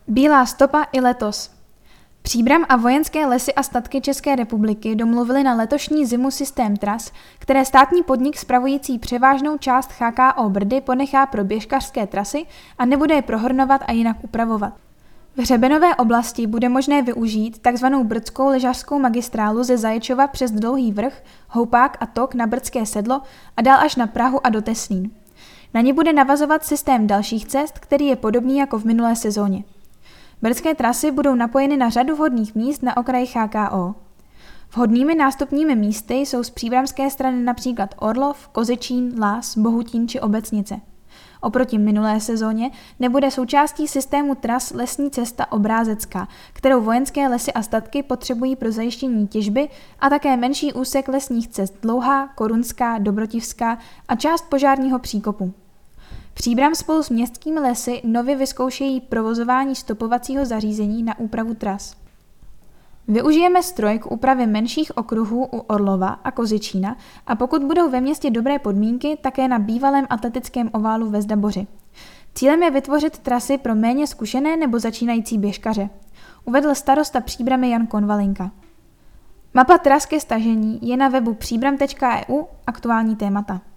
Bílá stopa i letos. Příbram a Vojenské lesy a statky České republiky domluvili na letošní zimu systém tras, které státní podnik spravující převážnou část CHKO Brdy ponechá pro běžkařské trasy a nebude je prohornovat a jinak upravovat. V hřebenové oblasti bude možné využít tzv. Brdskou lyžařskou magistrálu ze Zaječova přes Dlouhý Vrch, Houpák a Tok na Brdské sedlo a dál až na Prahu a do Teslín. Na ní bude navazovat systém dalších cest, který je podobný jako v minulé sezóně. Brdské trasy budou napojeny na řadu vhodných míst na okraji CHKO. Vhodnými nástupními místy jsou z příbramské strany například Orlov, Kozičín, Lás, Bohutín či Obecnice. Oproti minulé sezóně nebude součástí systému tras lesní cesta Obrázecká, kterou Vojenské lesy a statky potřebují pro zajištění těžby, a také menší úsek lesních cest Dlouhá, Korunská, Dobrotivská a část požárního příkopu. Příbram spolu s městskými lesy nově vyzkoušejí provozování stopovacího zařízení na úpravu tras. Využijeme stroj k úpravě menších okruhů u Orlova a Kozičína a pokud budou ve městě dobré podmínky, také na bývalém atletickém oválu ve Zdaboři. Cílem je vytvořit trasy pro méně zkušené nebo začínající běžkaře, uvedl starosta Příbramy Jan Konvalinka. Mapa tras ke stažení je na webu příbram.eu, aktuální témata.